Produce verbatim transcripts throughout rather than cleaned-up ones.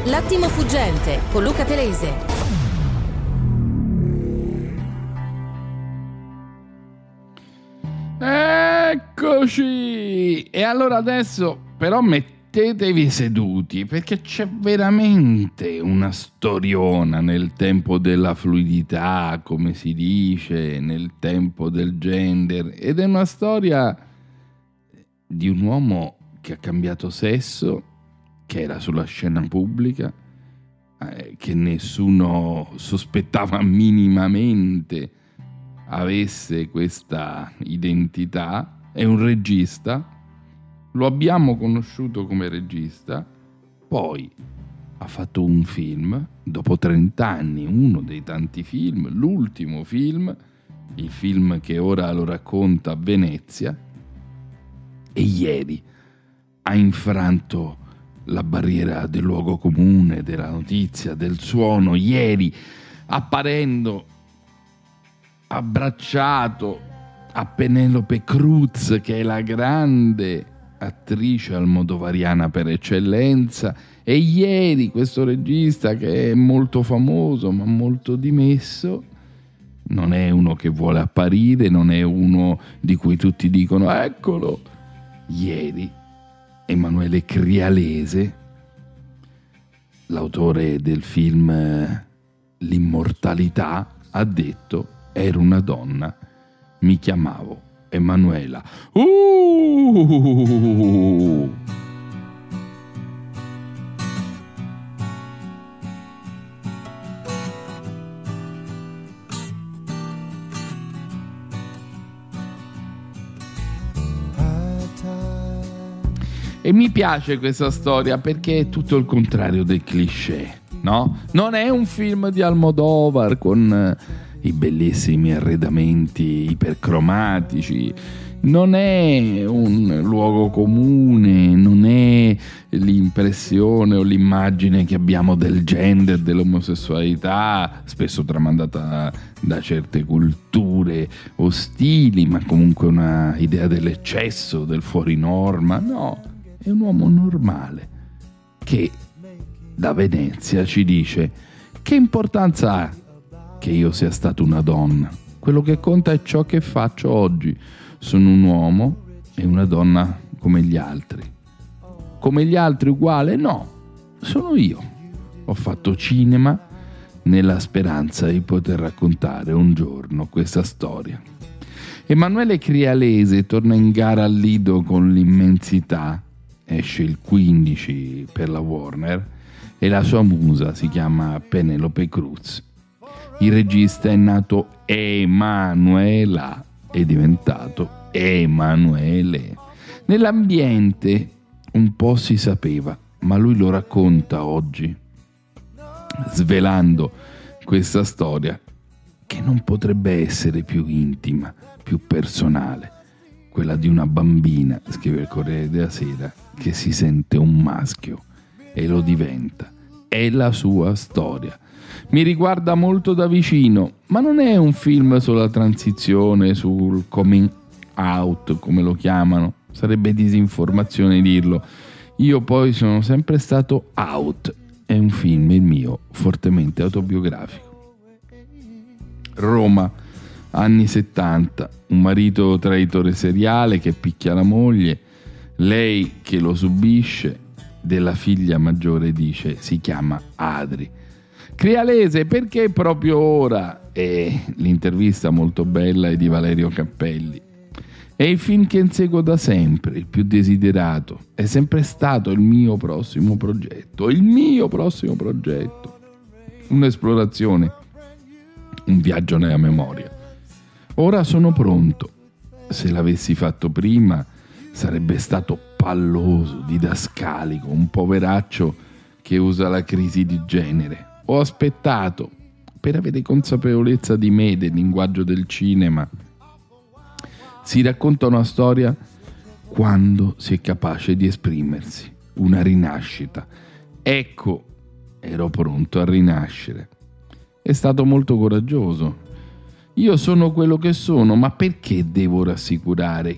L'attimo fuggente con Luca Telese. Eccoci! E allora adesso però mettetevi seduti, perché c'è veramente una storiona nel tempo della fluidità, come si dice, nel tempo del gender, ed è una storia di un uomo che ha cambiato sesso, che era sulla scena pubblica, eh, che nessuno sospettava minimamente avesse questa identità. È un regista, lo abbiamo conosciuto come regista, poi ha fatto un film, dopo trent'anni, uno dei tanti film, l'ultimo film, il film che ora lo racconta a Venezia, e ieri ha infranto la barriera del luogo comune, della notizia, del suono. Ieri, apparendo abbracciato a Penélope Cruz, che è la grande attrice almodovariana per eccellenza, e ieri questo regista, che è molto famoso ma molto dimesso, non è uno che vuole apparire, non è uno di cui tutti dicono eccolo. Ieri Emanuele Crialese, l'autore del film L'immortalità, ha detto: ero una donna, mi chiamavo Emanuela. Uh! E mi piace questa storia perché è tutto il contrario del cliché, no? Non è un film di Almodovar con i bellissimi arredamenti ipercromatici, non è un luogo comune, non è l'impressione o l'immagine che abbiamo del gender, dell'omosessualità, spesso tramandata da certe culture ostili, ma comunque una idea dell'eccesso, del fuori norma. No, è un uomo normale che da Venezia ci dice: che importanza ha che io sia stata una donna? Quello che conta è ciò che faccio oggi. Sono un uomo e una donna come gli altri. Come gli altri uguale? No, sono io. Ho fatto cinema nella speranza di poter raccontare un giorno questa storia. Emanuele Crialese torna in gara al Lido con L'immensità, esce il quindici per la Warner, e la sua musa si chiama Penélope Cruz. Il regista è nato Emanuela, è diventato Emanuele. Nell'ambiente un po' si sapeva, ma lui lo racconta oggi, svelando questa storia che non potrebbe essere più intima, più personale, quella di una bambina, scrive il Corriere della Sera, che si sente un maschio e lo diventa. È la sua storia. Mi riguarda molto da vicino, ma non è un film sulla transizione, sul coming out, come lo chiamano. Sarebbe disinformazione dirlo. Io poi sono sempre stato out. È un film, il mio, fortemente autobiografico. Roma, anni settanta, un marito traditore seriale che picchia la moglie, lei che lo subisce. Della figlia maggiore dice: si chiama Adri. Crialese, perché proprio ora? E l'intervista molto bella è di Valerio Cappelli. È il film che inseguo da sempre, il più desiderato. È sempre stato il mio prossimo progetto, il mio prossimo progetto. Un'esplorazione, un viaggio nella memoria. Ora sono pronto. Se l'avessi fatto prima sarebbe stato palloso, didascalico, un poveraccio che usa la crisi di genere. Ho aspettato per avere consapevolezza di me, del linguaggio del cinema. Si racconta una storia quando si è capace di esprimersi, una rinascita. Ecco, ero pronto a rinascere. È stato molto coraggioso. Io sono quello che sono, ma perché devo rassicurare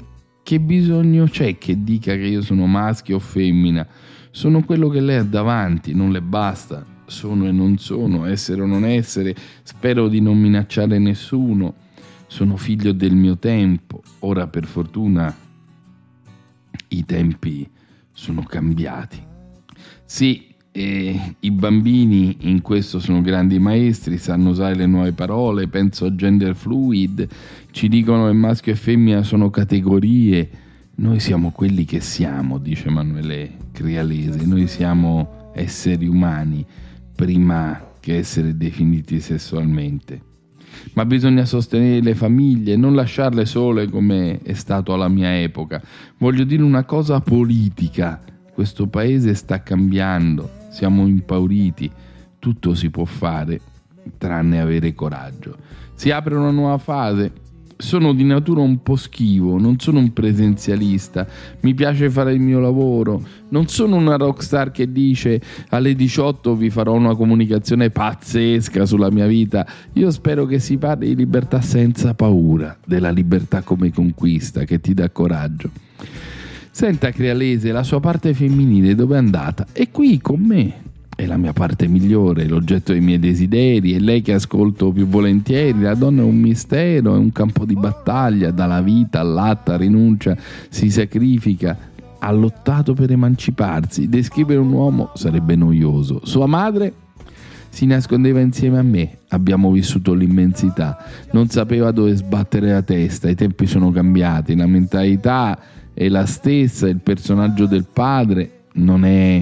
Che bisogno c'è che dica che io sono maschio o femmina? Sono quello che lei ha davanti, non le basta. Sono e non sono, essere o non essere, spero di non minacciare nessuno. Sono figlio del mio tempo. Ora per fortuna i tempi sono cambiati. Sì, e i bambini in questo sono grandi maestri, sanno usare le nuove parole, penso a gender fluid, ci dicono che maschio e femmina sono categorie. Noi siamo quelli che siamo, dice Emanuele Crialese, noi siamo esseri umani prima che essere definiti sessualmente. Ma bisogna sostenere le famiglie, non lasciarle sole come è stato alla mia epoca. Voglio dire una cosa politica, questo paese sta cambiando, siamo impauriti, tutto si può fare tranne avere coraggio. Si apre una nuova fase. Sono di natura un po' schivo, non sono un presenzialista, mi piace fare il mio lavoro, non sono una rockstar che dice alle diciotto vi farò una comunicazione pazzesca sulla mia vita. Io spero che si parli di libertà senza paura, della libertà come conquista che ti dà coraggio. Senta Crialese, la sua parte femminile dove è andata? È qui con me. È la mia parte migliore, l'oggetto dei miei desideri, è lei che ascolto più volentieri. La donna è un mistero, è un campo di battaglia, dalla vita all'atta, rinuncia, si sacrifica, ha lottato per emanciparsi. Descrivere un uomo sarebbe noioso. Sua madre si nascondeva insieme a me, abbiamo vissuto l'immensità, non sapeva dove sbattere la testa, i tempi sono cambiati, la mentalità è la stessa, il personaggio del padre non è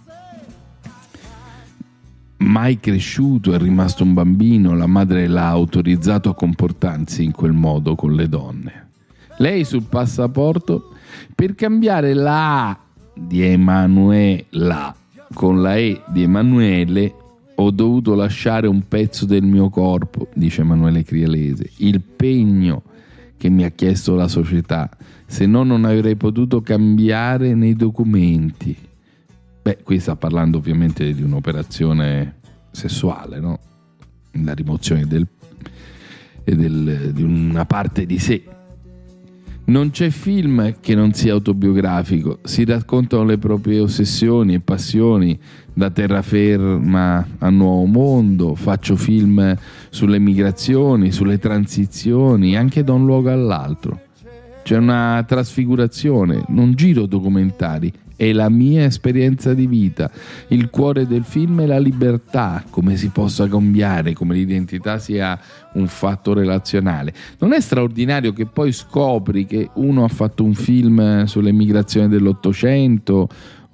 mai cresciuto, è rimasto un bambino, la madre l'ha autorizzato a comportarsi in quel modo con le donne. Lei sul passaporto, per cambiare la A di Emanuela con la E di Emanuele, ho dovuto lasciare un pezzo del mio corpo, dice Emanuele Crialese, il pegno che mi ha chiesto la società, se no non avrei potuto cambiare nei documenti. Beh, qui sta parlando ovviamente di un'operazione sessuale, no? La rimozione del, del, di una parte di sé. Non c'è film che non sia autobiografico, si raccontano le proprie ossessioni e passioni, da terraferma a Nuovo Mondo, faccio film sulle migrazioni, sulle transizioni, anche da un luogo all'altro. C'è una trasfigurazione, non giro documentari, è la mia esperienza di vita. Il cuore del film è la libertà, come si possa cambiare, come l'identità sia un fatto relazionale. Non è straordinario che poi scopri che uno ha fatto un film sulle migrazioni dell'Ottocento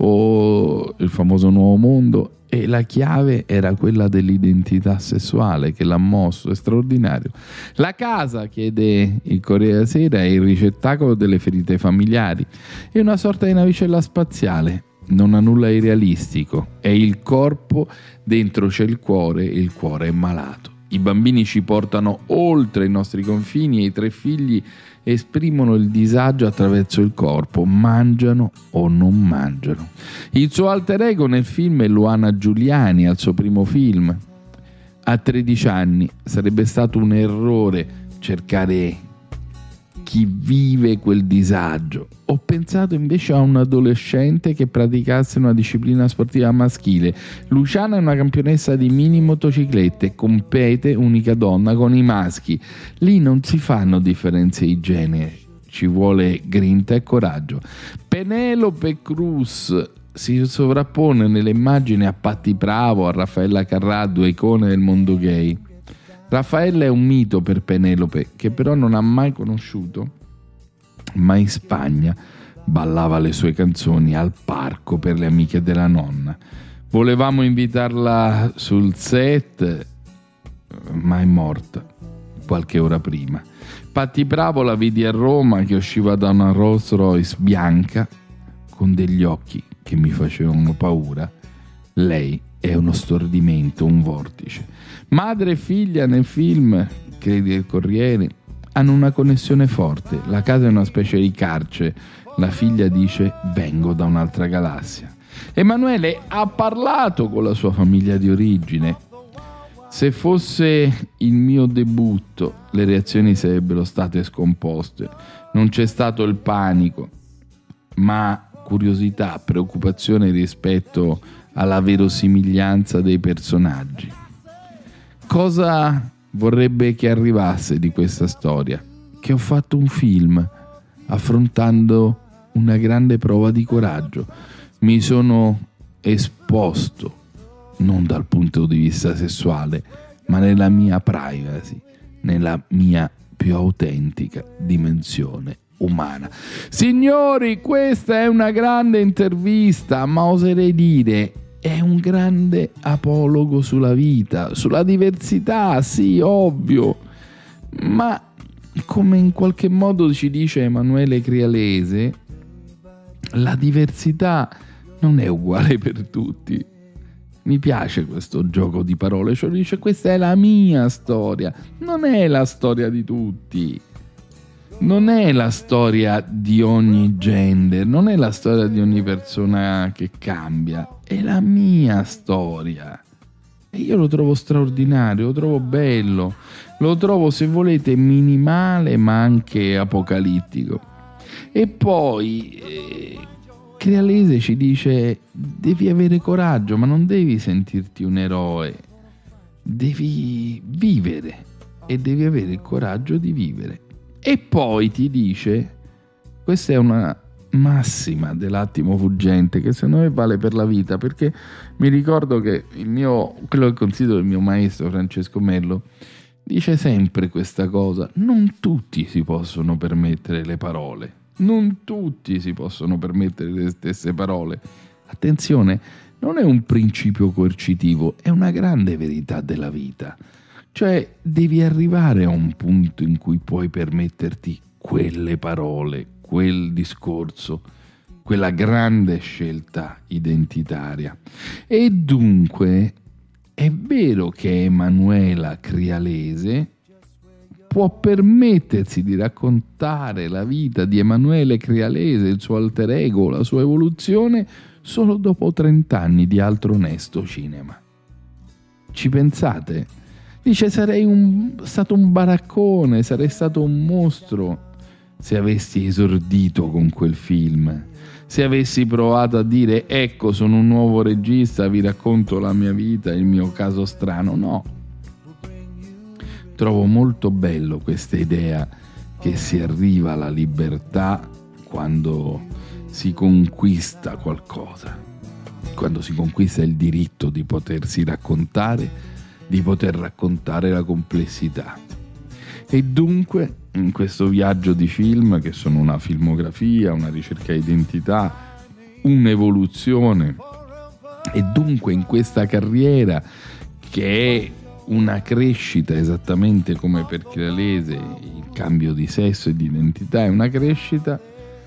o il famoso Nuovo Mondo e la chiave era quella dell'identità sessuale che l'ha mosso. È straordinario. La casa, chiede il Corriere della Sera, è il ricettacolo delle ferite familiari, è una sorta di navicella spaziale, non ha nulla di realistico, è il corpo, dentro c'è il cuore e il cuore è malato. I bambini ci portano oltre i nostri confini e i tre figli esprimono il disagio attraverso il corpo, mangiano o non mangiano. Il suo alter ego nel film è Luana Giuliani, al suo primo film. A tredici anni sarebbe stato un errore cercare chi vive quel disagio. Ho pensato invece a un adolescente che praticasse una disciplina sportiva maschile. Luciana è una campionessa di mini motociclette, compete unica donna con i maschi. Lì non si fanno differenze di genere, ci vuole grinta e coraggio. Penelope Cruz si sovrappone nelle immagini a Patti Bravo, a Raffaella Carrà, due icone del mondo gay. Raffaella è un mito per Penelope, che però non ha mai conosciuto, ma in Spagna ballava le sue canzoni al parco per le amiche della nonna. Volevamo invitarla sul set, ma è morta qualche ora prima. Patti Bravo la vidi a Roma che usciva da una Rolls Royce bianca con degli occhi che mi facevano paura. Lei è uno stordimento, un vortice. Madre e figlia nel film, crede il Corriere, hanno una connessione forte. La casa è una specie di carcere. La figlia dice: vengo da un'altra galassia. Emanuele ha parlato con la sua famiglia di origine. Se fosse il mio debutto, le reazioni sarebbero state scomposte. Non c'è stato il panico, ma curiosità, preoccupazione rispetto alla verosimiglianza dei personaggi. Cosa vorrebbe che arrivasse di questa storia? Che ho fatto un film affrontando una grande prova di coraggio. Mi sono esposto, non dal punto di vista sessuale, ma nella mia privacy, nella mia più autentica dimensione umana. Signori, questa è una grande intervista, ma oserei dire è un grande apologo sulla vita, sulla diversità, sì, ovvio, ma come in qualche modo ci dice Emanuele Crialese, la diversità non è uguale per tutti. Mi piace questo gioco di parole, cioè dice questa è la mia storia, non è la storia di tutti, non è la storia di ogni gender, non è la storia di ogni persona che cambia, è la mia storia. E io lo trovo straordinario, lo trovo bello, lo trovo, se volete, minimale ma anche apocalittico. E poi eh, Crialese ci dice devi avere coraggio, ma non devi sentirti un eroe, devi vivere e devi avere il coraggio di vivere. E poi ti dice, questa è una massima dell'attimo fuggente che secondo me vale per la vita, perché mi ricordo che il mio, quello che considero il mio maestro Francesco Mello dice sempre questa cosa: non tutti si possono permettere le parole, non tutti si possono permettere le stesse parole. Attenzione, non è un principio coercitivo, è una grande verità della vita. Cioè devi arrivare a un punto in cui puoi permetterti quelle parole, quel discorso, quella grande scelta identitaria. E dunque è vero che Emanuela Crialese può permettersi di raccontare la vita di Emanuele Crialese, il suo alter ego, la sua evoluzione, solo dopo trent'anni di altro onesto cinema. Ci pensate? Dice sarei un, stato un baraccone, sarei stato un mostro se avessi esordito con quel film, se avessi provato a dire ecco sono un nuovo regista, vi racconto la mia vita, il mio caso strano. No, trovo molto bello questa idea che si arriva alla libertà quando si conquista qualcosa, quando si conquista il diritto di potersi raccontare, di poter raccontare la complessità. E dunque in questo viaggio di film, che sono una filmografia, una ricerca di identità, un'evoluzione, e dunque in questa carriera che è una crescita, esattamente come per Crialese il cambio di sesso e di identità è una crescita,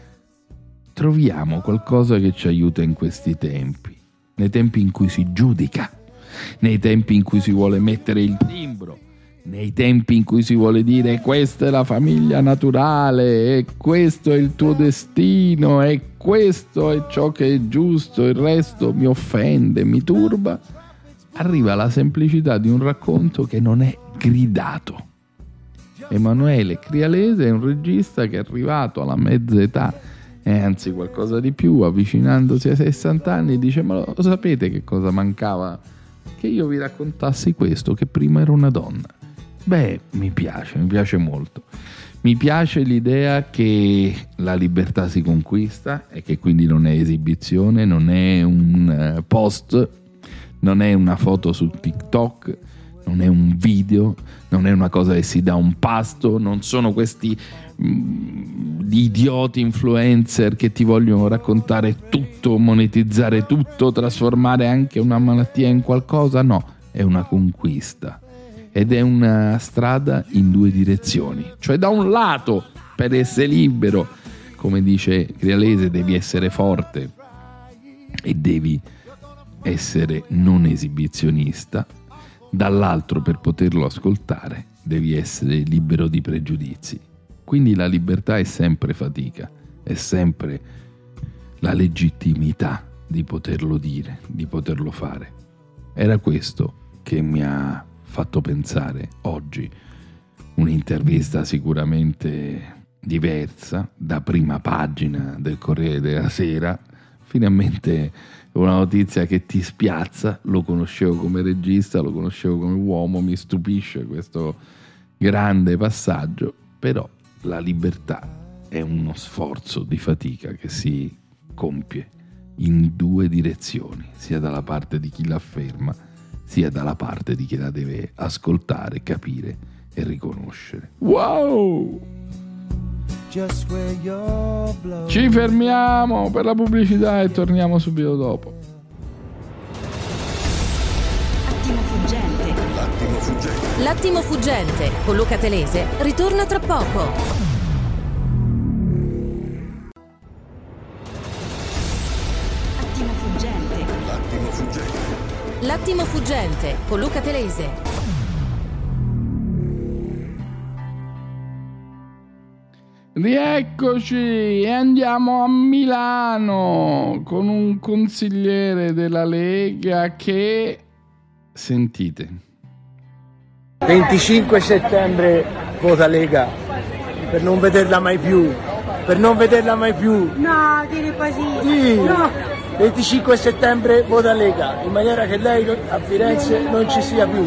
troviamo qualcosa che ci aiuta in questi tempi, nei tempi in cui si giudica, nei tempi in cui si vuole mettere il timbro, nei tempi in cui si vuole dire questa è la famiglia naturale e questo è il tuo destino e questo è ciò che è giusto, il resto mi offende, mi turba, arriva la semplicità di un racconto che non è gridato. Emanuele Crialese è un regista che è arrivato alla mezza età, e anzi qualcosa di più, avvicinandosi ai sessanta anni, dice ma lo sapete che cosa mancava? Che io vi raccontassi questo, che prima ero una donna. Beh, mi piace, mi piace molto. Mi piace l'idea che la libertà si conquista e che quindi non è esibizione, non è un post, non è una foto su TikTok, non è un video, non è una cosa che si dà un pasto, non sono questi mh, idioti influencer che ti vogliono raccontare tutto, monetizzare tutto, trasformare anche una malattia in qualcosa. No, è una conquista ed è una strada in due direzioni. Cioè da un lato, per essere libero, come dice Crialese, devi essere forte e devi essere non esibizionista, dall'altro per poterlo ascoltare devi essere libero di pregiudizi. Quindi la libertà è sempre fatica, è sempre la legittimità di poterlo dire, di poterlo fare. Era questo che mi ha fatto pensare oggi. Un'intervista sicuramente diversa, da prima pagina del Corriere della Sera, finalmente una notizia che ti spiazza. Lo conoscevo come regista, lo conoscevo come uomo, mi stupisce questo grande passaggio, però la libertà è uno sforzo di fatica che si compie in due direzioni, sia dalla parte di chi l'afferma, sia dalla parte di chi la deve ascoltare, capire e riconoscere. Wow! Ci fermiamo per la pubblicità e torniamo subito dopo. Attimo fuggente. L'attimo fuggente. L'attimo fuggente con Luca Telese ritorna tra poco. L'attimo fuggente con Luca Telese. Rieccoci e andiamo a Milano con un consigliere della Lega che, sentite, venticinque settembre vota Lega per non vederla mai più, per non vederla mai più. No, dire così. Sì. No. venticinque settembre vota Lega, in maniera che lei a Firenze non ci sia più.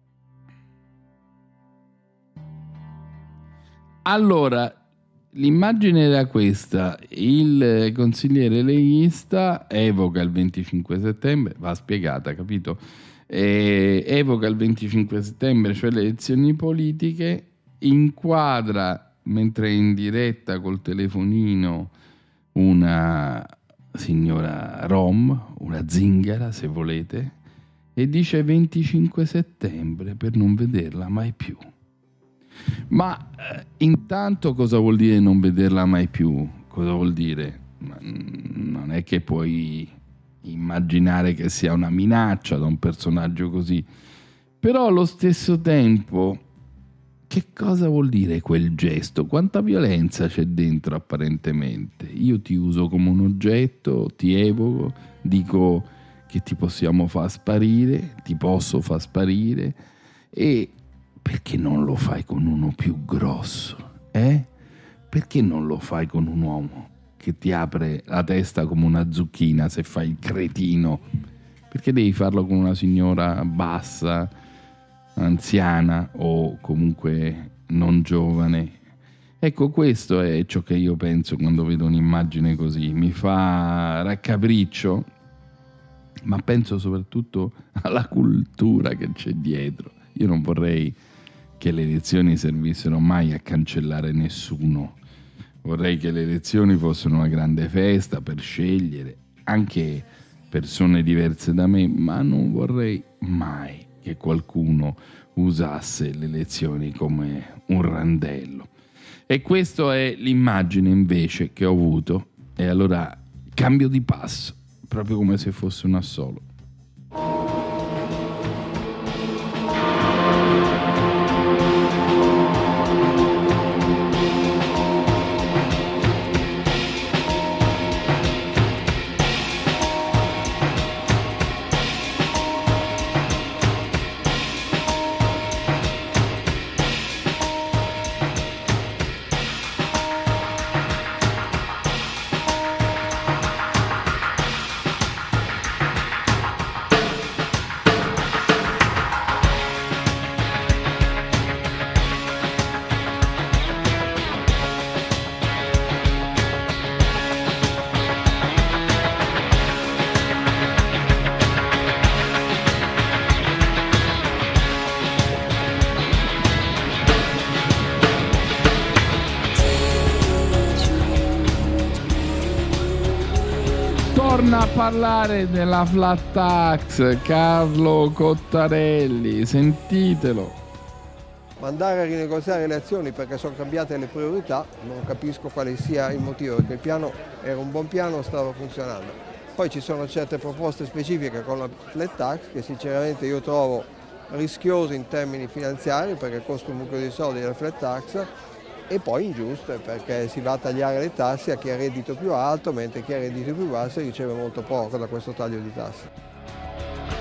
Allora, l'immagine era questa: il consigliere leghista evoca il venticinque settembre, va spiegata, capito? E evoca il venticinque settembre, cioè le elezioni politiche, inquadra mentre è in diretta col telefonino una signora rom, una zingara se volete, e dice venticinque settembre per non vederla mai più. Ma eh, intanto cosa vuol dire non vederla mai più? Cosa vuol dire? Non è che puoi immaginare che sia una minaccia da un personaggio così, però allo stesso tempo che cosa vuol dire quel gesto? Quanta violenza c'è dentro apparentemente? Io ti uso come un oggetto, ti evoco, dico che ti possiamo far sparire, ti posso far sparire, e perché non lo fai con uno più grosso? Eh? Perché non lo fai con un uomo che ti apre la testa come una zucchina se fai il cretino? Perché devi farlo con una signora bassa, anziana o comunque non giovane? Ecco, questo è ciò che io penso quando vedo un'immagine così. Mi fa raccapriccio, ma penso soprattutto alla cultura che c'è dietro. Io non vorrei che le elezioni servissero mai a cancellare nessuno. Vorrei che le elezioni fossero una grande festa per scegliere anche persone diverse da me, ma non vorrei mai che qualcuno usasse le elezioni come un randello. E questa è l'immagine invece che ho avuto, e allora cambio di passo, proprio come se fosse un assolo. Torna a parlare della flat tax Carlo Cottarelli, sentitelo. Mandare a rinegoziare le azioni perché sono cambiate le priorità, non capisco quale sia il motivo, perché il piano era un buon piano, stava funzionando. Poi ci sono certe proposte specifiche con la flat tax che sinceramente io trovo rischiose in termini finanziari perché costa un mucchio di soldi la flat tax, e poi ingiuste perché si va a tagliare le tasse a chi ha reddito più alto, mentre chi ha reddito più basso riceve molto poco da questo taglio di tasse.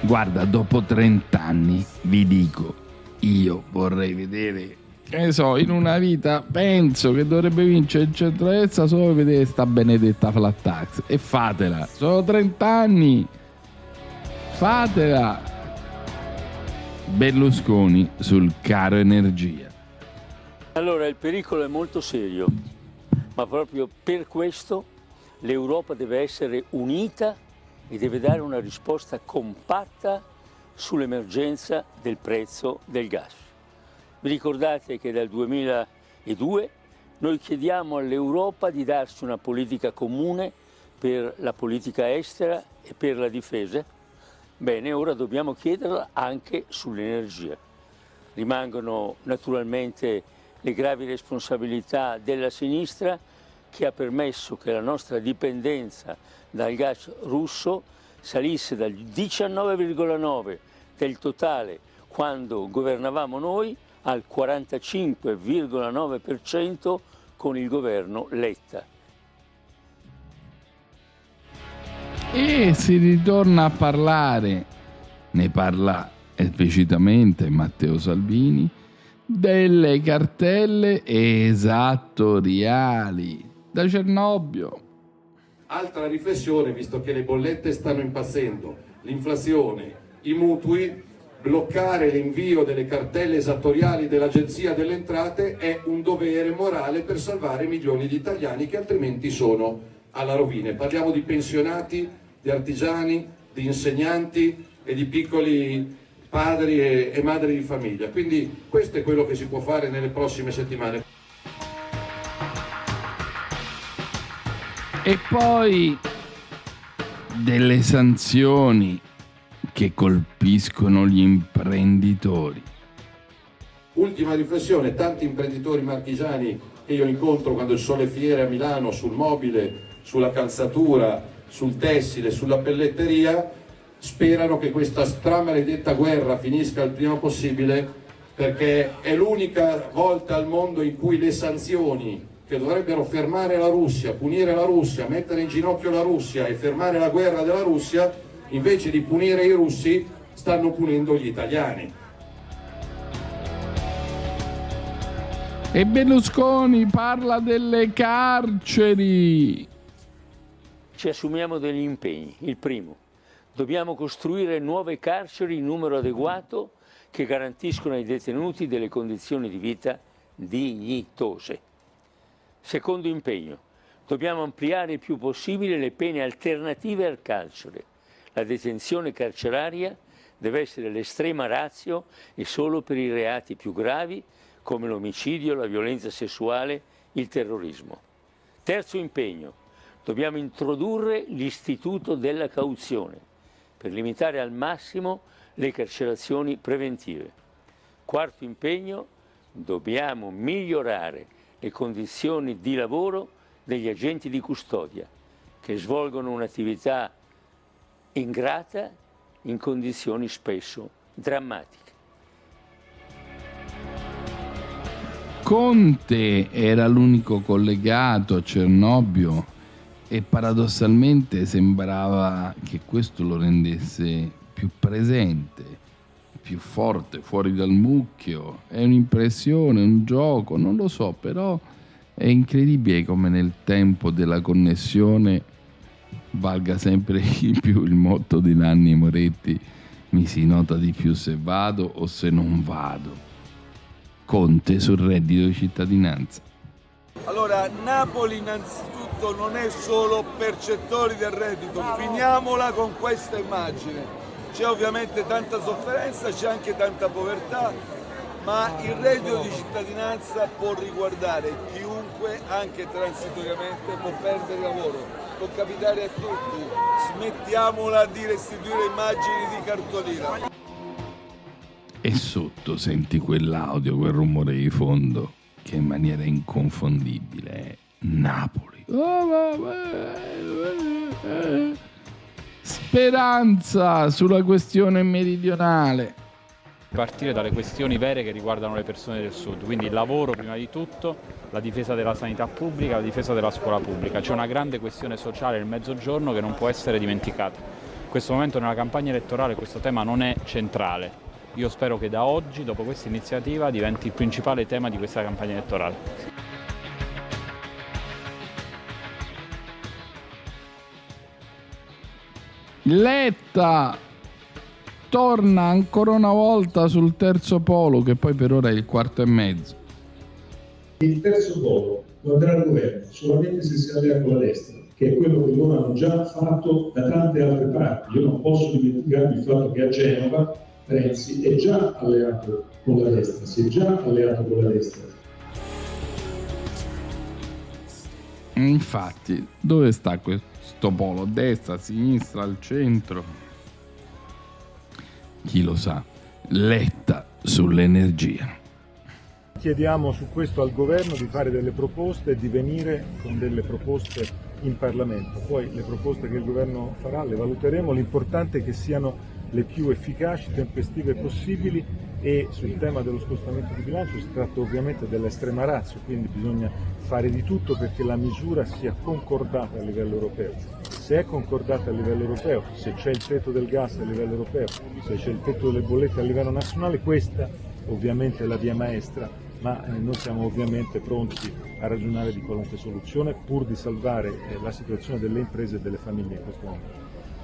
Guarda, dopo trent'anni vi dico, io vorrei vedere, che ne so, in una vita penso che dovrebbe vincere il centrodestra solo per vedere sta benedetta flat tax, e fatela, sono trent'anni, fatela. Berlusconi sul caro energia. Allora il pericolo è molto serio, ma proprio per questo l'Europa deve essere unita e deve dare una risposta compatta sull'emergenza del prezzo del gas. Vi ricordate che dal duemiladue noi chiediamo all'Europa di darci una politica comune per la politica estera e per la difesa? Bene, ora dobbiamo chiederla anche sull'energia. Rimangono naturalmente le gravi responsabilità della sinistra, che ha permesso che la nostra dipendenza dal gas russo salisse dal diciannove virgola nove del totale quando governavamo noi al quarantacinque virgola nove per cento con il governo Letta. E si ritorna a parlare, ne parla esplicitamente Matteo Salvini, delle cartelle esattoriali da Cernobbio. Altra riflessione, visto che le bollette stanno impazzendo, l'inflazione, i mutui, bloccare l'invio delle cartelle esattoriali dell'Agenzia delle Entrate è un dovere morale per salvare milioni di italiani che altrimenti sono alla rovina. Parliamo di pensionati, di artigiani, di insegnanti e di piccoli padri e, e madri di famiglia. Quindi questo è quello che si può fare nelle prossime settimane. E poi delle sanzioni che colpiscono gli imprenditori. Ultima riflessione, tanti imprenditori marchigiani che io incontro quando ci sono le fiere a Milano sul mobile, sulla calzatura, sul tessile, sulla pelletteria, sperano che questa stramaledetta guerra finisca il prima possibile, perché è l'unica volta al mondo in cui le sanzioni che dovrebbero fermare la Russia, punire la Russia, mettere in ginocchio la Russia e fermare la guerra della Russia, invece di punire i russi, stanno punendo gli italiani. E Berlusconi parla delle carceri. Ci assumiamo degli impegni. Il primo, dobbiamo costruire nuove carceri in numero adeguato che garantiscono ai detenuti delle condizioni di vita dignitose. Secondo impegno, dobbiamo ampliare il più possibile le pene alternative al carcere. La detenzione carceraria deve essere l'estrema ratio e solo per i reati più gravi come l'omicidio, la violenza sessuale, il terrorismo. Terzo impegno, dobbiamo introdurre l'istituto della cauzione per limitare al massimo le carcerazioni preventive. Quarto impegno, dobbiamo migliorare le condizioni di lavoro degli agenti di custodia che svolgono un'attività ingrata in condizioni spesso drammatiche. Conte era l'unico collegato a Cernobbio e paradossalmente sembrava che questo lo rendesse più presente, più forte, fuori dal mucchio. È un'impressione, un gioco, non lo so, però è incredibile come nel tempo della connessione valga sempre di più il motto di Nanni Moretti: mi si nota di più se vado o se non vado. Conte sul reddito di cittadinanza. Allora, Napoli innanzitutto non è solo percettori del reddito, finiamola con questa immagine. C'è ovviamente tanta sofferenza, c'è anche tanta povertà, ma il reddito di cittadinanza può riguardare chiunque, anche transitoriamente, può perdere lavoro, può capitare a tutti. Smettiamola di restituire immagini di cartolina. E sotto senti quell'audio, quel rumore di fondo che in maniera inconfondibile è Napoli. Speranza sulla questione meridionale. Partire dalle questioni vere che riguardano le persone del sud, quindi il lavoro prima di tutto, la difesa della sanità pubblica, la difesa della scuola pubblica. C'è una grande questione sociale nel mezzogiorno che non può essere dimenticata. questo momento nella campagna elettorale questo tema non è centrale. Io spero che da oggi, dopo questa iniziativa, diventi il principale tema di questa campagna elettorale. Letta torna ancora una volta sul terzo polo, che poi per ora è il quarto e mezzo. Il terzo polo lo andrà al governo solamente se si allea con la destra, che è quello che loro hanno già fatto da tante altre parti. Io non posso dimenticare il fatto che a Genova Renzi è già alleato con la destra, si è già alleato con la destra. Infatti, dove sta questo polo? Destra, sinistra, al centro? Chi lo sa? Letta sull'energia. Chiediamo su questo al governo di fare delle proposte e di venire con delle proposte in Parlamento. Poi le proposte che il governo farà le valuteremo, l'importante è che siano le più efficaci, tempestive possibili, e sul tema dello scostamento di bilancio si tratta ovviamente dell'estrema ratio, quindi bisogna fare di tutto perché la misura sia concordata a livello europeo. Se è concordata a livello europeo, se c'è il tetto del gas a livello europeo, se c'è il tetto delle bollette a livello nazionale, questa ovviamente è la via maestra, ma noi siamo ovviamente pronti a ragionare di qualunque soluzione pur di salvare la situazione delle imprese e delle famiglie in questo momento.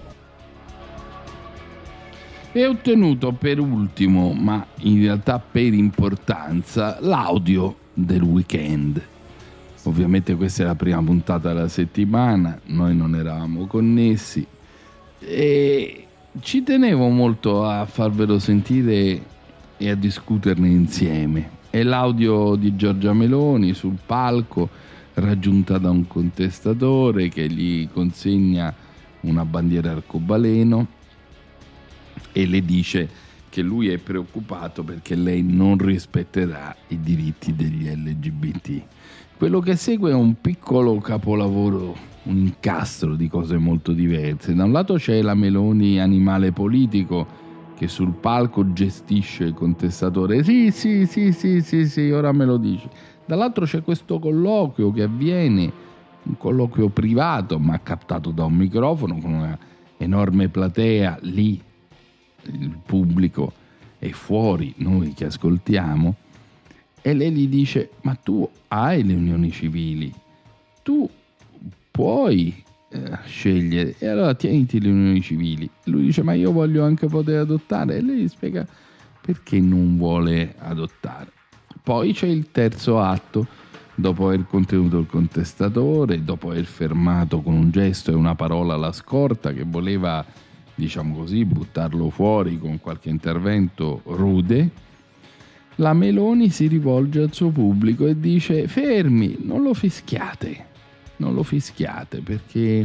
E ho ottenuto per ultimo, ma in realtà per importanza, l'audio del weekend. Ovviamente questa è la prima puntata della settimana, noi non eravamo connessi e ci tenevo molto a farvelo sentire e a discuterne insieme. È l'audio di Giorgia Meloni sul palco, raggiunta da un contestatore che gli consegna una bandiera arcobaleno e le dice che lui è preoccupato perché lei non rispetterà i diritti degli L G B T. Quello che segue è un piccolo capolavoro, un incastro di cose molto diverse. Da un lato c'è la Meloni animale politico che sul palco gestisce il contestatore. Sì, sì, sì, sì, sì, sì, ora me lo dici. Dall'altro c'è questo colloquio che avviene, un colloquio privato ma captato da un microfono con una enorme platea lì, il pubblico è fuori, noi che ascoltiamo, e lei gli dice: ma tu hai le unioni civili, tu puoi eh, scegliere, e allora tieniti le unioni civili. E lui dice: ma io voglio anche poter adottare, e lei gli spiega perché non vuole adottare. Poi c'è il terzo atto, dopo aver contenuto il contestatore, dopo aver fermato con un gesto e una parola la scorta che voleva, diciamo così, buttarlo fuori con qualche intervento rude, la Meloni si rivolge al suo pubblico e dice: fermi, non lo fischiate, non lo fischiate perché,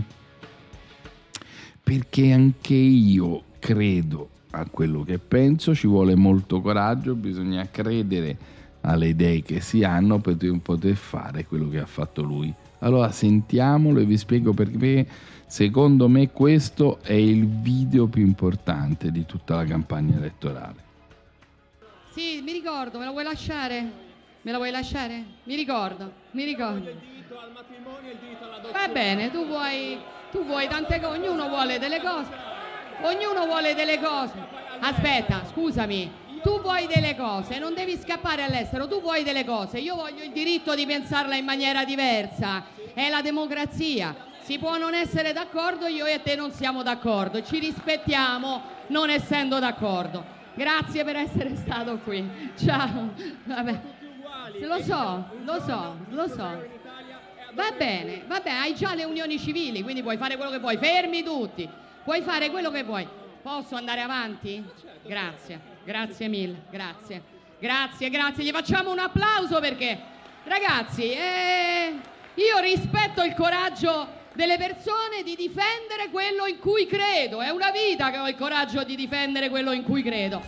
perché anche io credo a quello che penso, ci vuole molto coraggio, bisogna credere alle idee che si hanno per poter fare quello che ha fatto lui. Allora sentiamolo e vi spiego perché secondo me questo è il video più importante di tutta la campagna elettorale. Sì, mi ricordo, me lo vuoi lasciare? Me lo vuoi lasciare? Mi ricordo, mi ricordo. Va bene, tu vuoi, tu vuoi tante cose, ognuno vuole delle cose, ognuno vuole delle cose. Aspetta, scusami, tu vuoi delle cose, non devi scappare all'estero, tu vuoi delle cose, io voglio il diritto di pensarla in maniera diversa, è la democrazia. Si può non essere d'accordo, io e te non siamo d'accordo, ci rispettiamo non essendo d'accordo. Grazie per essere stato qui. Ciao. Vabbè. Lo so, lo so, lo so. Va bene, va bene, hai già le unioni civili, quindi puoi fare quello che vuoi. Fermi tutti. Puoi fare quello che vuoi. Posso andare avanti? Grazie, grazie mille, grazie. Grazie, grazie. Gli facciamo un applauso perché, ragazzi, eh, io rispetto il coraggio delle persone di difendere quello in cui credo. È una vita che ho il coraggio di difendere quello in cui credo.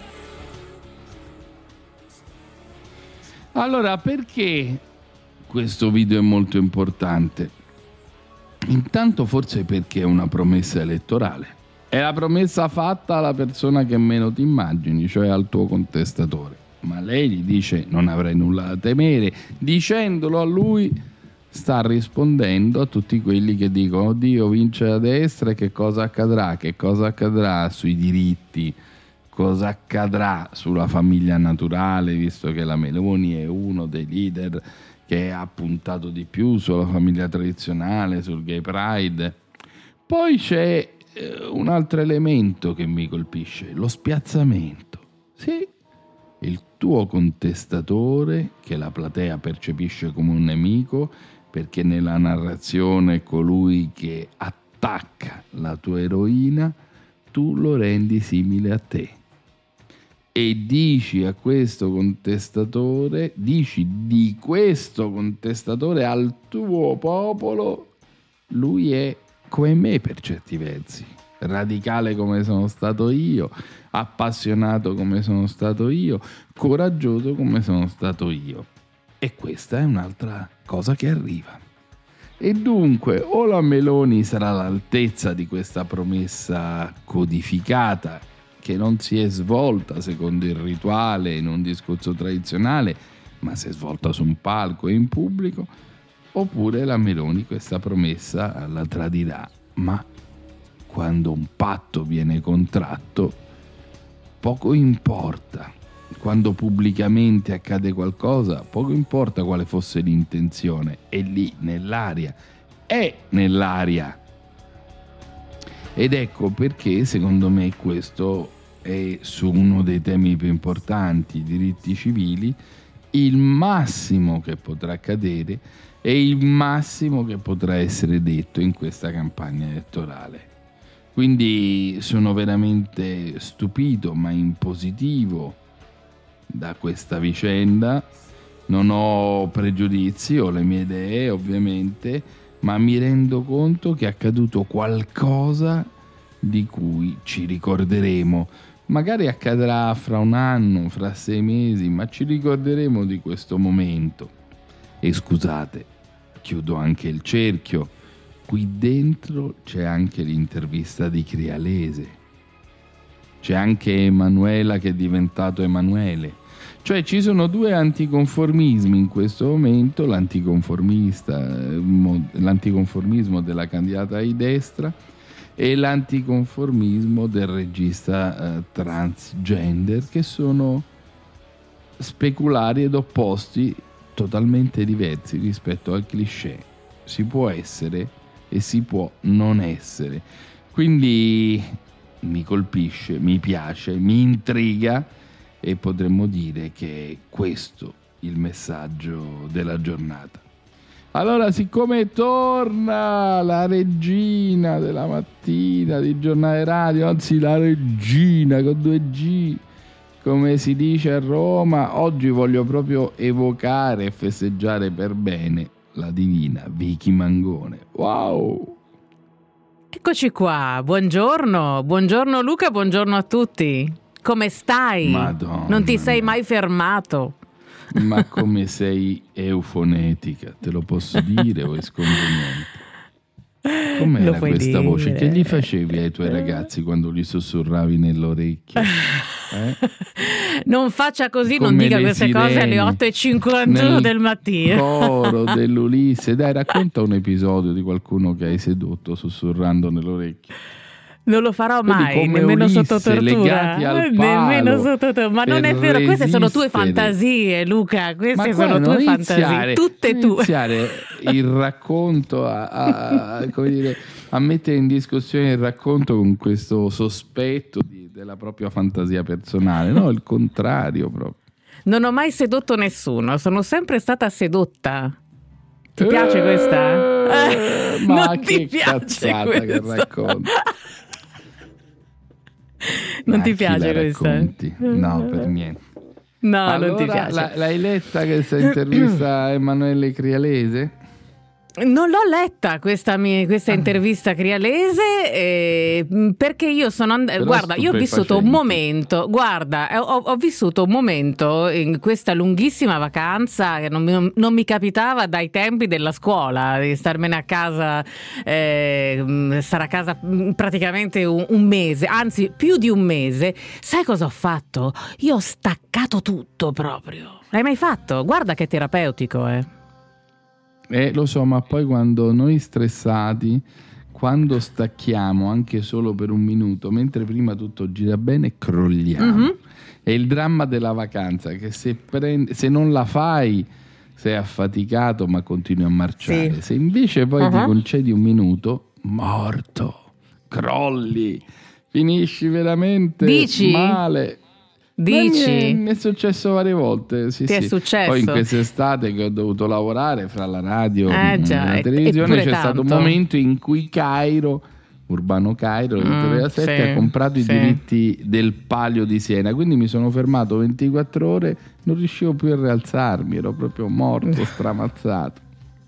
Allora, perché questo video è molto importante? Intanto forse perché è una promessa elettorale. È la promessa fatta alla persona che meno ti immagini, cioè al tuo contestatore. Ma lei gli dice: non avrai nulla da temere. Dicendolo a lui, sta rispondendo a tutti quelli che dicono oddio vince la destra e che cosa accadrà, che cosa accadrà sui diritti, cosa accadrà sulla famiglia naturale, visto che la Meloni è uno dei leader che ha puntato di più sulla famiglia tradizionale, sul gay pride. Poi c'è eh, un altro elemento che mi colpisce, lo spiazzamento. Sì, il tuo contestatore, che la platea percepisce come un nemico, perché nella narrazione è colui che attacca la tua eroina, tu lo rendi simile a te. E dici a questo contestatore, dici di questo contestatore al tuo popolo, lui è come me per certi versi, radicale come sono stato io, appassionato come sono stato io, coraggioso come sono stato io. E questa è un'altra cosa che arriva. E dunque, o la Meloni sarà all'altezza di questa promessa codificata, che non si è svolta secondo il rituale in un discorso tradizionale, ma si è svolta su un palco e in pubblico, oppure la Meloni questa promessa la tradirà. Ma quando un patto viene contratto, poco importa. Quando pubblicamente accade qualcosa, poco importa quale fosse l'intenzione, è lì nell'aria, è nell'aria. Ed ecco perché secondo me questo è, su uno dei temi più importanti, i diritti civili, il massimo che potrà accadere e il massimo che potrà essere detto in questa campagna elettorale. Quindi sono veramente stupito, ma in positivo, da questa vicenda. Non ho pregiudizi, ho le mie idee ovviamente, ma mi rendo conto che è accaduto qualcosa di cui ci ricorderemo. Magari accadrà fra un anno, fra sei mesi, ma ci ricorderemo di questo momento. E scusate, chiudo anche il cerchio, qui dentro c'è anche l'intervista di Crialese, c'è anche Emanuela che è diventato Emanuele. Cioè ci sono due anticonformismi in questo momento, l'anticonformista, l'anticonformismo della candidata di destra e l'anticonformismo del regista eh, transgender, che sono speculari ed opposti, totalmente diversi rispetto al cliché. Si può essere e si può non essere. Quindi mi colpisce, mi piace, mi intriga, e potremmo dire che è questo il messaggio della giornata. Allora, siccome torna la regina della mattina di Giornale Radio, anzi la regina con due G, come si dice a Roma, oggi voglio proprio evocare e festeggiare per bene la divina Vicky Mangone. Wow! Eccoci qua, buongiorno, buongiorno Luca, buongiorno a tutti. Come stai? Madonna. Non ti sei mai fermato? Ma come sei eufonetica, te lo posso dire o è sconveniente? Com'era questa dire. Voce? Che gli facevi ai tuoi ragazzi quando li sussurravi nell'orecchio? Eh? Non faccia così, come non dica queste cose alle otto e cinquantuno del mattino. Coro dell'Ulisse. Dai, racconta un episodio di qualcuno che hai sedotto sussurrando nell'orecchio. Non lo farò mai, nemmeno Ulisse, sotto tortura. Nemmeno sotto tortura. Ma non è vero, resistere. Queste sono tue fantasie, Luca. Queste sono tue fantasie, tutte tue. Iniziare il racconto a, a, a, come dire, a mettere in discussione il racconto con questo sospetto di, della propria fantasia personale. No, il contrario proprio. Non ho mai sedotto nessuno, sono sempre stata sedotta. Ti piace questa? Eh, ma non che ti piace cazzata questa? Che racconti. Non Ma ti piace questa? No, per niente. No, allora, non ti piace. La, l'hai letta questa intervista a Emanuele Crialese? Non l'ho letta questa, mia, questa intervista crialese eh, perché io sono and- guarda io ho vissuto un momento guarda ho, ho vissuto un momento in questa lunghissima vacanza che non mi, non mi capitava dai tempi della scuola, di starmene a casa eh, stare a casa praticamente un, un mese, anzi più di un mese. Sai cosa ho fatto? Io ho staccato tutto proprio. L'hai mai fatto? Guarda che terapeutico, eh Eh, lo so, ma poi quando noi stressati, quando stacchiamo anche solo per un minuto, mentre prima tutto gira bene, crolliamo. Mm-hmm. È il dramma della vacanza, che se, prendi, se non la fai sei affaticato ma continui a marciare. Sì. Se invece poi uh-huh. ti concedi un minuto, morto, crolli, finisci veramente Dici? male. Dici? Mi è, mi è successo varie volte. Sì, Ti sì. è successo? Poi in quest'estate che ho dovuto lavorare fra la radio eh, e già, la televisione c'è tanto. stato un momento in cui Cairo, Urbano Cairo, mm, sette sì, ha comprato sì. i diritti del Palio di Siena, quindi mi sono fermato ventiquattro ore, non riuscivo più a rialzarmi, ero proprio morto, stramazzato.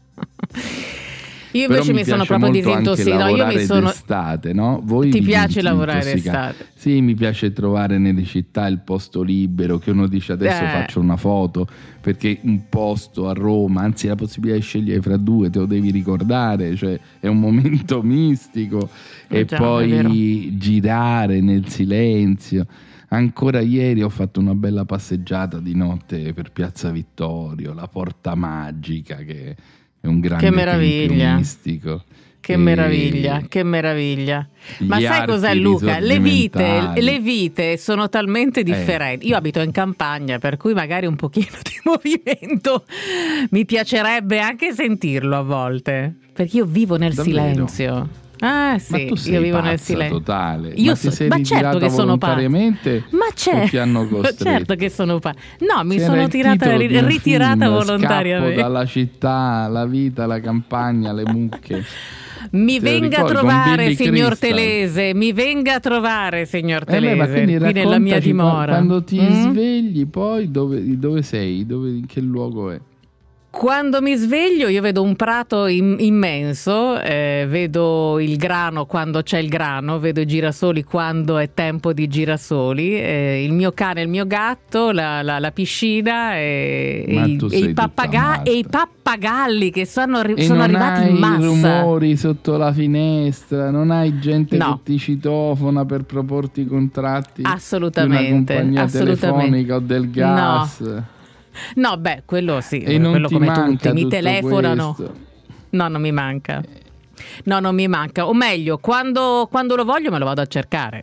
Io invece mi sono proprio disintossicato. Io mi sono d'estate, no? Voi Ti piace lavorare d'estate? Sì, mi piace trovare nelle città il posto libero, che uno dice adesso eh. faccio una foto, perché un posto a Roma, anzi la possibilità di scegliere fra due, te lo devi ricordare, cioè è un momento mistico. Eh e già, poi girare nel silenzio. Ancora ieri ho fatto una bella passeggiata di notte per Piazza Vittorio, la Porta Magica, che è un grande che meraviglia mistico. Che e... meraviglia, che meraviglia. Ma sai cos'è, Luca? Le vite, le vite sono talmente differenti. Eh. Io abito in campagna, per cui magari un pochino di movimento mi piacerebbe anche sentirlo a volte, perché io vivo nel Davvero? silenzio. Ah sì, ma tu sei io vivo pazza nel silenzio totale. Io ma so, ti sei ma certo che sono volontariamente ma c'è, ti hanno costretto? Certo che sono pazza. No, mi C'era sono tirata, ri- ritirata film, volontariamente. Scappo dalla città, la vita, la campagna, le mucche. Mi Te venga a trovare, signor Crystal. Telese, mi venga a trovare, signor Eh beh, ma Telese, qui nella mia dimora. Quando ti mm? svegli, poi dove, dove sei? Dove, in che luogo è? Quando mi sveglio io vedo un prato im- immenso, eh, vedo il grano quando c'è il grano, vedo i girasoli quando è tempo di girasoli, eh, il mio cane, il mio gatto, la, la, la piscina e, e, i, e, i pappaga- e i pappagalli che sono, arri- e sono non arrivati hai in massa. rumori sotto la finestra, non hai gente No. che ti citofona per proporti contratti Assolutamente, di una compagnia assolutamente. telefonica o del gas. No. No, beh, quello sì, E non quello ti come manca tutti, mi tutto telefonano. questo? No, non mi manca. No, non mi manca. O meglio, quando, quando lo voglio me lo vado a cercare.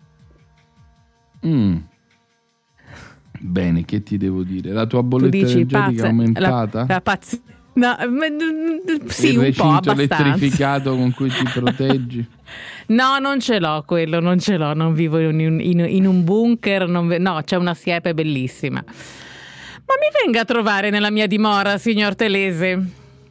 Mm. Bene, che ti devo dire? La tua bolletta Tu dici, energetica pazza, è aumentata? La, la pazz- no, ma- sì, Il un po', recinto abbastanza. elettrificato con cui ti proteggi? No, non ce l'ho quello, non ce l'ho, non vivo in, in, in un bunker, non ve- no, c'è una siepe bellissima. Ma mi venga a trovare nella mia dimora, signor Telese.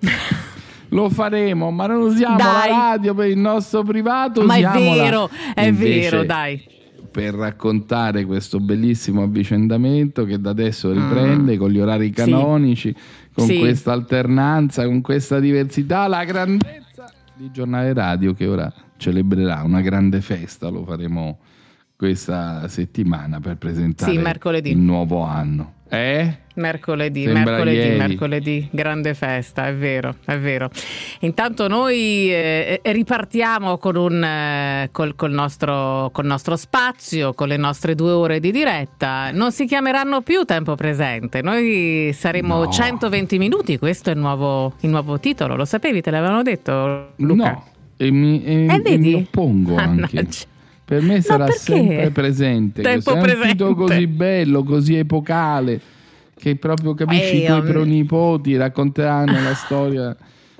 Lo faremo, ma non usiamo Dai. la radio per il nostro privato. Ma è usiamola vero, è invece vero, dai. per raccontare questo bellissimo avvicendamento che da adesso riprende mm. con gli orari canonici, sì. con sì. questa alternanza, con questa diversità, la grandezza di Giornale Radio che ora celebrerà una grande festa, lo faremo questa settimana per presentare sì, mercoledì. il nuovo anno. Eh? Mercoledì, Sembra mercoledì, ieri. mercoledì, grande festa, è vero, è vero. Intanto noi eh, ripartiamo con un eh, col, col, nostro, col nostro spazio, con le nostre due ore di diretta. Non si chiameranno più Tempo Presente, noi saremo No. centoventi minuti, questo è il nuovo, il nuovo titolo, lo sapevi, te l'avevano detto, Luca? No, e mi, e, Eh, e vedi? mi oppongo anche. Mannaggia. Per me sarà perché? sempre presente. Tempo Questo è un titolo presente. così bello, così epocale, che proprio capisci i Eh, tuoi um, pronipoti racconteranno la storia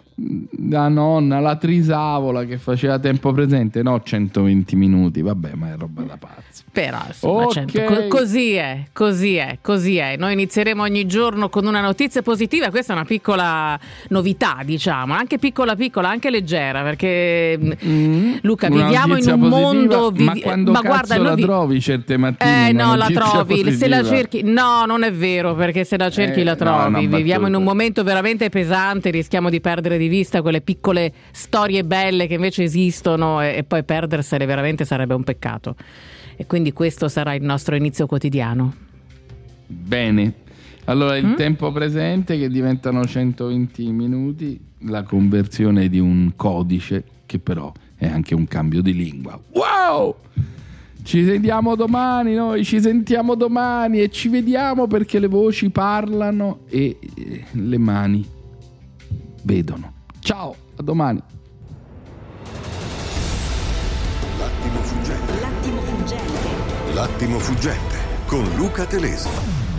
da nonna, la trisavola che faceva Tempo Presente, no centoventi minuti, vabbè, ma è roba da pazzi. Però insomma, Ok. cento, co- così è, così è, così è. Noi inizieremo ogni giorno con una notizia positiva, questa è una piccola novità, diciamo, anche piccola piccola, anche leggera, perché Mm. Luca, Una viviamo in notizia un positiva, mondo ma vivi- quando ma cazzo guarda, la noi vi- trovi certe mattine? Eh una no, la notizia trovi, se positiva? la cerchi. No, non è vero, perché se la cerchi Eh, la no, trovi. una Viviamo in battuta. un momento veramente pesante, rischiamo di perdere di vista quelle piccole storie belle che invece esistono e, e poi perdersele veramente sarebbe un peccato. E quindi questo sarà il nostro inizio quotidiano. Bene, allora il Mm? tempo presente che diventano centoventi minuti, la conversione di un codice che però è anche un cambio di lingua. Wow! Ci sentiamo domani, noi ci sentiamo domani e ci vediamo perché le voci parlano e eh, le mani vedono. Ciao, a domani. L'attimo fuggente. L'attimo fuggente. L'attimo fuggente con Luca Telesi.